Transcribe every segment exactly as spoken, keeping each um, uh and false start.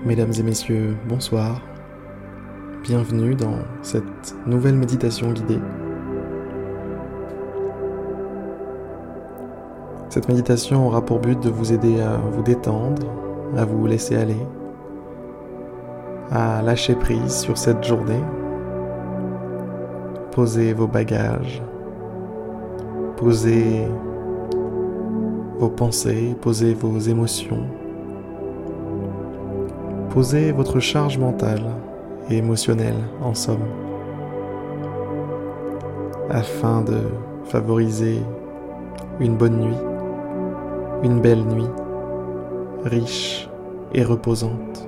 Mesdames et messieurs, bonsoir. Bienvenue dans cette nouvelle méditation guidée. Cette méditation aura pour but de vous aider à vous détendre, à vous laisser aller, à lâcher prise sur cette journée. Posez vos bagages, posez vos pensées, posez vos émotions. Posez votre charge mentale et émotionnelle, en somme, afin de favoriser une bonne nuit, une belle nuit, riche et reposante.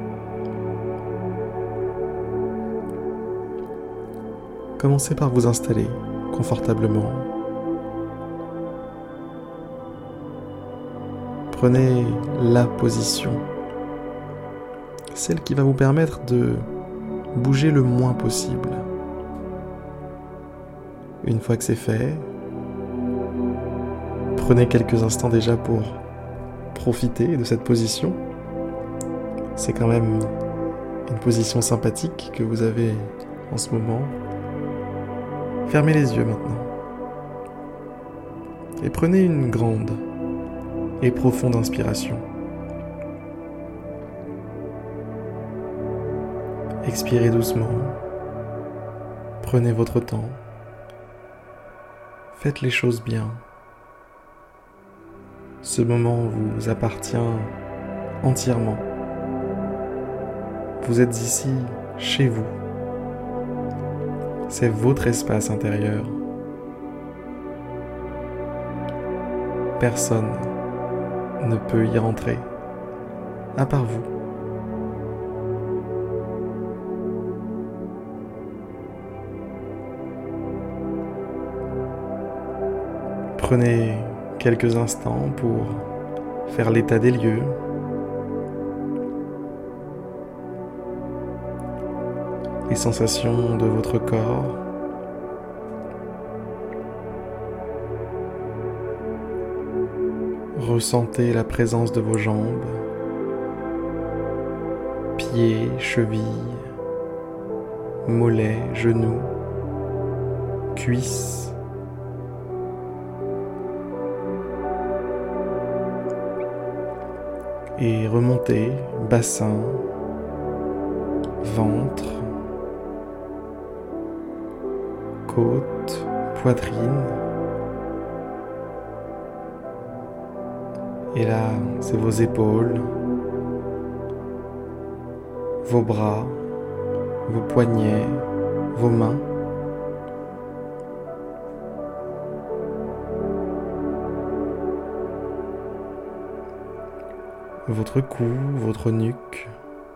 Commencez par vous installer confortablement. Prenez la position, celle qui va vous permettre de bouger le moins possible. Une fois que c'est fait, prenez quelques instants déjà pour profiter de cette position. C'est quand même une position sympathique que vous avez en ce moment. Fermez les yeux maintenant et prenez une grande et profonde inspiration. Expirez doucement, prenez votre temps, faites les choses bien. Ce moment vous appartient entièrement. Vous êtes ici, chez vous. C'est votre espace intérieur. Personne ne peut y rentrer, à part vous. Prenez quelques instants pour faire l'état des lieux. Les sensations de votre corps. Ressentez la présence de vos jambes, pieds, chevilles, mollets, genoux, cuisses. Et remontez, bassin, ventre, côte, poitrine. Et là, c'est vos épaules, vos bras, vos poignets, vos mains. Votre cou, votre nuque.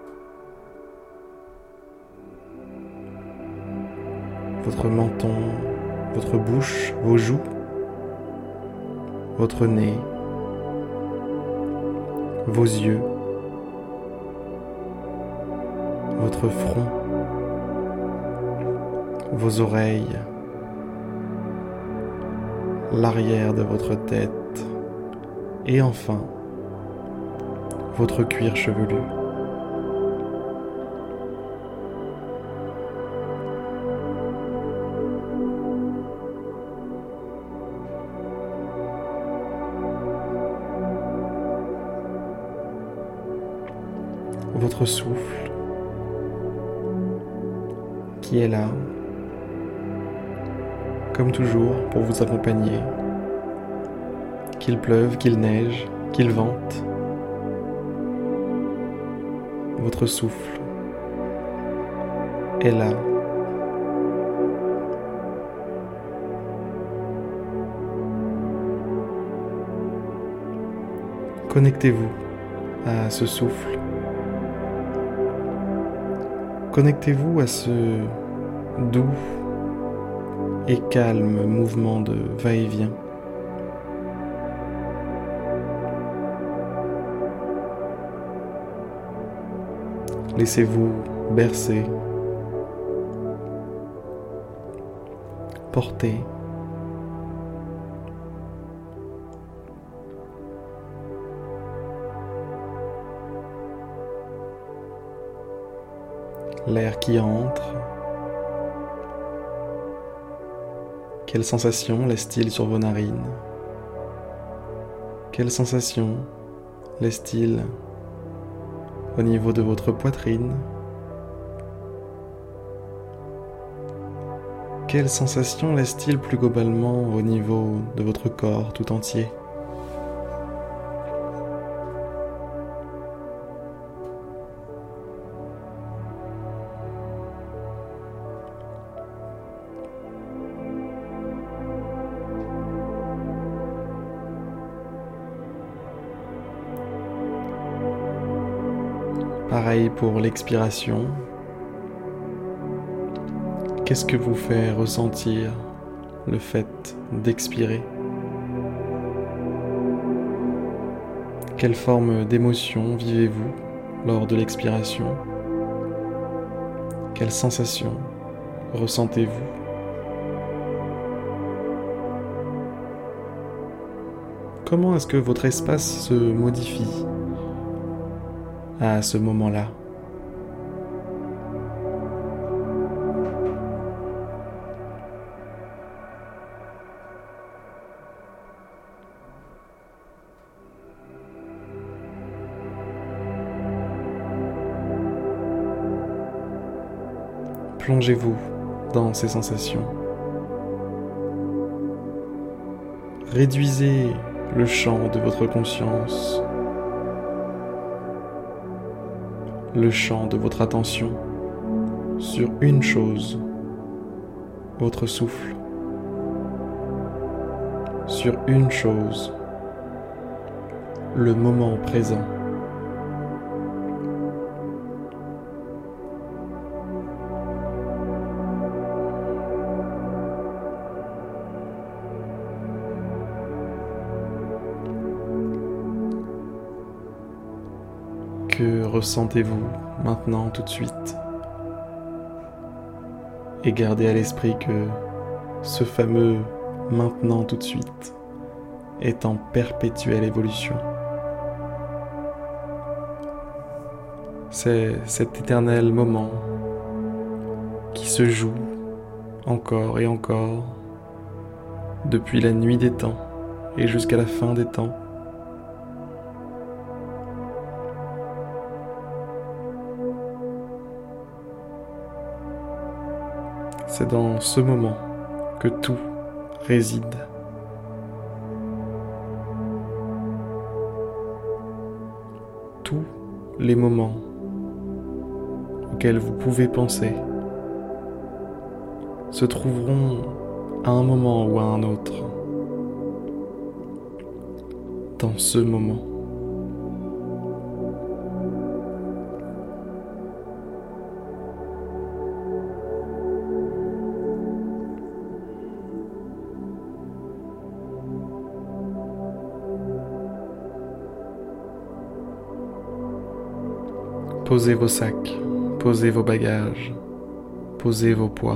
Votre menton, votre bouche, vos joues, votre nez, vos yeux, votre front, vos oreilles, l'arrière de votre tête et enfin votre cuir chevelu. Votre souffle qui est là, comme toujours, pour vous accompagner, qu'il pleuve, qu'il neige, qu'il vente. Votre souffle est là. Connectez-vous à ce souffle. Connectez-vous à ce doux et calme mouvement de va-et-vient. Laissez-vous bercer, porter. l'air qui entre. Quelles sensations laisse-t-il sur vos narines? Quelles sensations laisse-t-il au niveau de votre poitrine? Quelles sensations laisse-t-il plus globalement au niveau de votre corps tout entier? Pareil pour l'expiration. Qu'est-ce que vous fait ressentir le fait d'expirer? Quelle forme d'émotion vivez-vous lors de l'expiration? Quelles sensations ressentez-vous? Comment est-ce que votre espace se modifie à ce moment-là? Plongez-vous dans ces sensations. Réduisez le champ de votre conscience, le champ de votre attention sur une chose, votre souffle, sur une chose, le moment présent. Que ressentez-vous maintenant tout de suite? Et gardez à l'esprit que ce fameux maintenant tout de suite est en perpétuelle évolution. C'est cet éternel moment qui se joue encore et encore depuis la nuit des temps et jusqu'à la fin des temps. C'est dans ce moment que tout réside. Tous les moments auxquels vous pouvez penser se trouveront à un moment ou à un autre dans ce moment. Posez vos sacs, posez vos bagages, posez vos poids.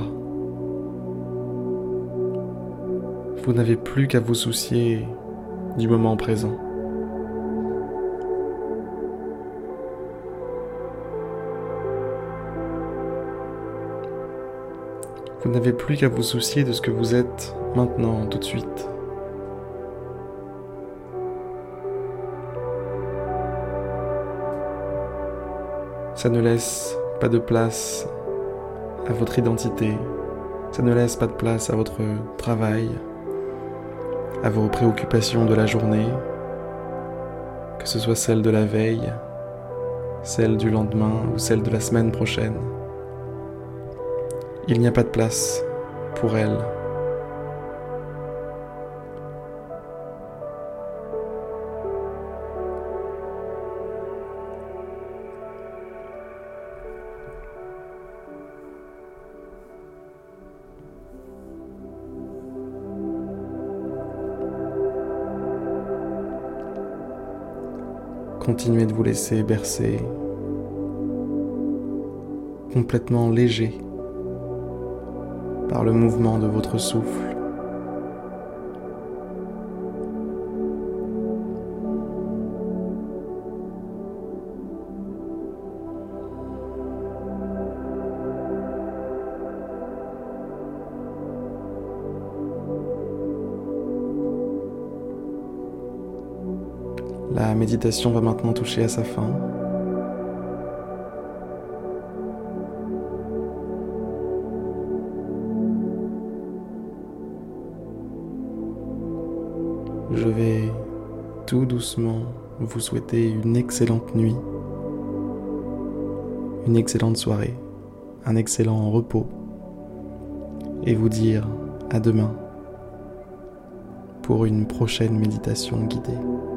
Vous n'avez plus qu'à vous soucier du moment présent. Vous n'avez plus qu'à vous soucier de ce que vous êtes maintenant, tout de suite. Ça ne laisse pas de place à votre identité, ça ne laisse pas de place à votre travail, à vos préoccupations de la journée, que ce soit celle de la veille, celle du lendemain ou celle de la semaine prochaine. Il n'y a pas de place pour elle. Continuez de vous laisser bercer, complètement léger par le mouvement de votre souffle. La méditation va maintenant toucher à sa fin. Je vais tout doucement vous souhaiter une excellente nuit, une excellente soirée, un excellent repos et vous dire à demain pour une prochaine méditation guidée.